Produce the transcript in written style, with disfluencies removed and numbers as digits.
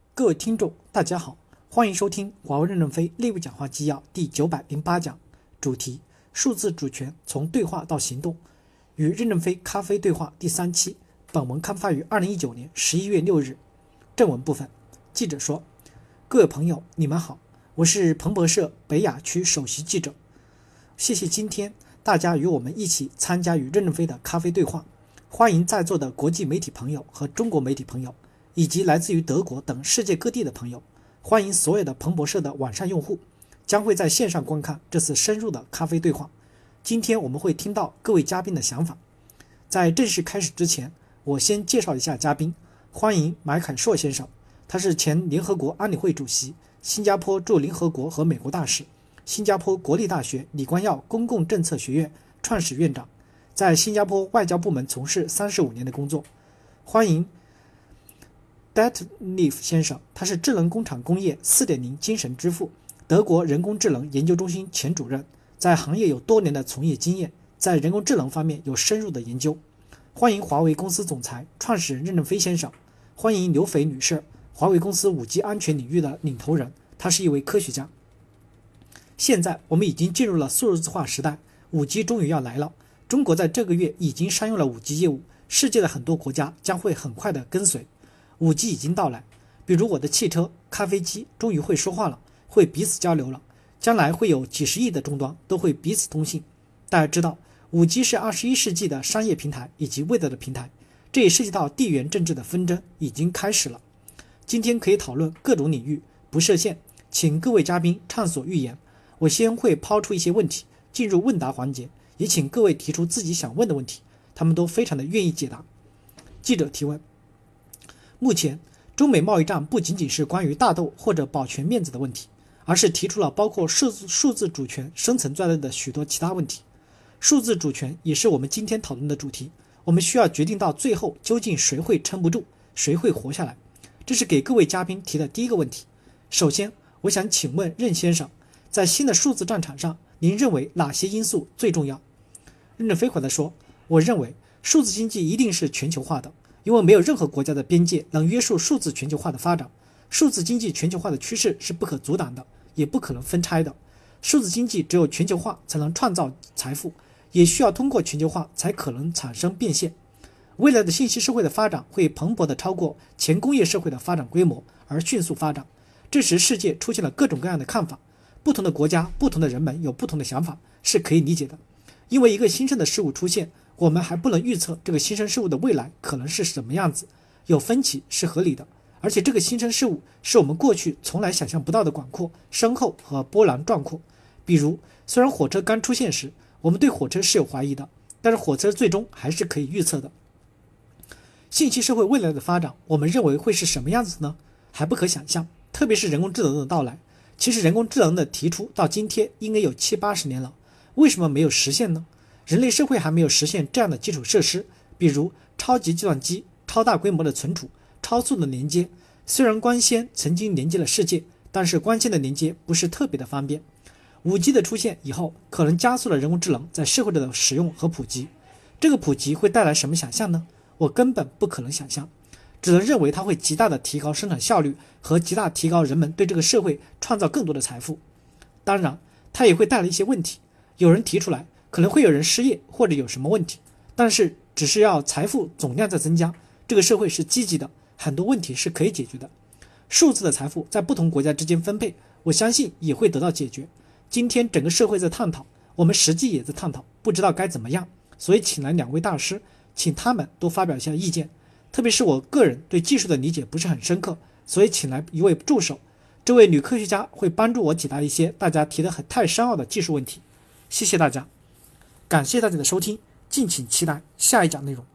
各位听众，大家好，欢迎收听华为任正非内部讲话纪要第908讲，主题：数字主权从对话到行动，与任正非咖啡对话第3期。本文刊发于2019年11月6日。正文部分，记者说：各位朋友，你们好，我是彭博社北亚区首席记者。谢谢今天大家与我们一起参加与任正非的咖啡对话。欢迎在座的国际媒体朋友和中国媒体朋友，以及来自于德国等世界各地的朋友。欢迎所有的彭博社的网上用户，将会在线上观看这次深入的咖啡对话。今天我们会听到各位嘉宾的想法。在正式开始之前，我先介绍一下嘉宾。欢迎买凯硕先生，他是前联合国安理会主席，新加坡驻联合国和美国大使，新加坡国立大学李光耀公共政策学院创始院长，在新加坡外交部门从事35年的工作。欢迎 Detlef 先生，他是智能工厂工业 4.0 精神之父，德国人工智能研究中心前主任，在行业有多年的从业经验，在人工智能方面有深入的研究。欢迎华为公司总裁、创始人任正非先生。欢迎刘斐女士，华为公司 5G 安全领域的领头人，她是一位科学家。现在我们已经进入了数字化时代， 5G 终于要来了。中国在这个月已经商用了 5G 业务，世界的很多国家将会很快的跟随。 5G 已经到来，比如我的汽车、咖啡机终于会说话了，会彼此交流了，将来会有几十亿的终端都会彼此通信。大家知道 5G 是21世纪的商业平台以及未来的平台，这也涉及到地缘政治的纷争已经开始了。今天可以讨论各种领域，不设限，请各位嘉宾畅所欲言。我先会抛出一些问题，进入问答环节，也请各位提出自己想问的问题，他们都非常的愿意解答。记者提问：目前中美贸易战不仅仅是关于大豆或者保全面子的问题，而是提出了包括数字主权生存在内的许多其他问题。数字主权也是我们今天讨论的主题，我们需要决定到最后究竟谁会撑不住，谁会活下来。这是给各位嘉宾提的第一个问题。首先我想请问任先生，在新的数字战场上，您认为哪些因素最重要？任正非回答说：我认为数字经济一定是全球化的，因为没有任何国家的边界能约束数字全球化的发展。数字经济全球化的趋势是不可阻挡的，也不可能分拆的。数字经济只有全球化才能创造财富，也需要通过全球化才可能产生变现。未来的信息社会的发展会蓬勃地超过前工业社会的发展规模而迅速发展，这时世界出现了各种各样的看法，不同的国家、不同的人们有不同的想法，是可以理解的。因为一个新生的事物出现，我们还不能预测这个新生事物的未来可能是什么样子，有分歧是合理的。而且这个新生事物是我们过去从来想象不到的广阔、深厚和波澜壮阔。比如，虽然火车刚出现时，我们对火车是有怀疑的，但是火车最终还是可以预测的。信息社会未来的发展，我们认为会是什么样子呢？还不可想象，特别是人工智能的到来。其实人工智能的提出到今天应该有70-80年了，为什么没有实现呢？人类社会还没有实现这样的基础设施，比如超级计算机、超大规模的存储、超速的连接。虽然光纤曾经连接了世界，但是光纤的连接不是特别的方便。5G 的出现以后，可能加速了人工智能在社会的使用和普及。这个普及会带来什么想象呢？我根本不可能想象，只能认为它会极大的提高生产效率和极大提高人们对这个社会创造更多的财富。当然，它也会带来一些问题。有人提出来，可能会有人失业或者有什么问题，但是只是要财富总量在增加，这个社会是积极的，很多问题是可以解决的。数字的财富在不同国家之间分配，我相信也会得到解决。今天整个社会在探讨，我们实际也在探讨，不知道该怎么样，所以请来2位大师，请他们多发表一下意见。特别是我个人对技术的理解不是很深刻，所以请来一位助手，这位女科学家会帮助我解答一些大家提得太深奥的技术问题。谢谢大家，感谢大家的收听，敬请期待下一讲内容。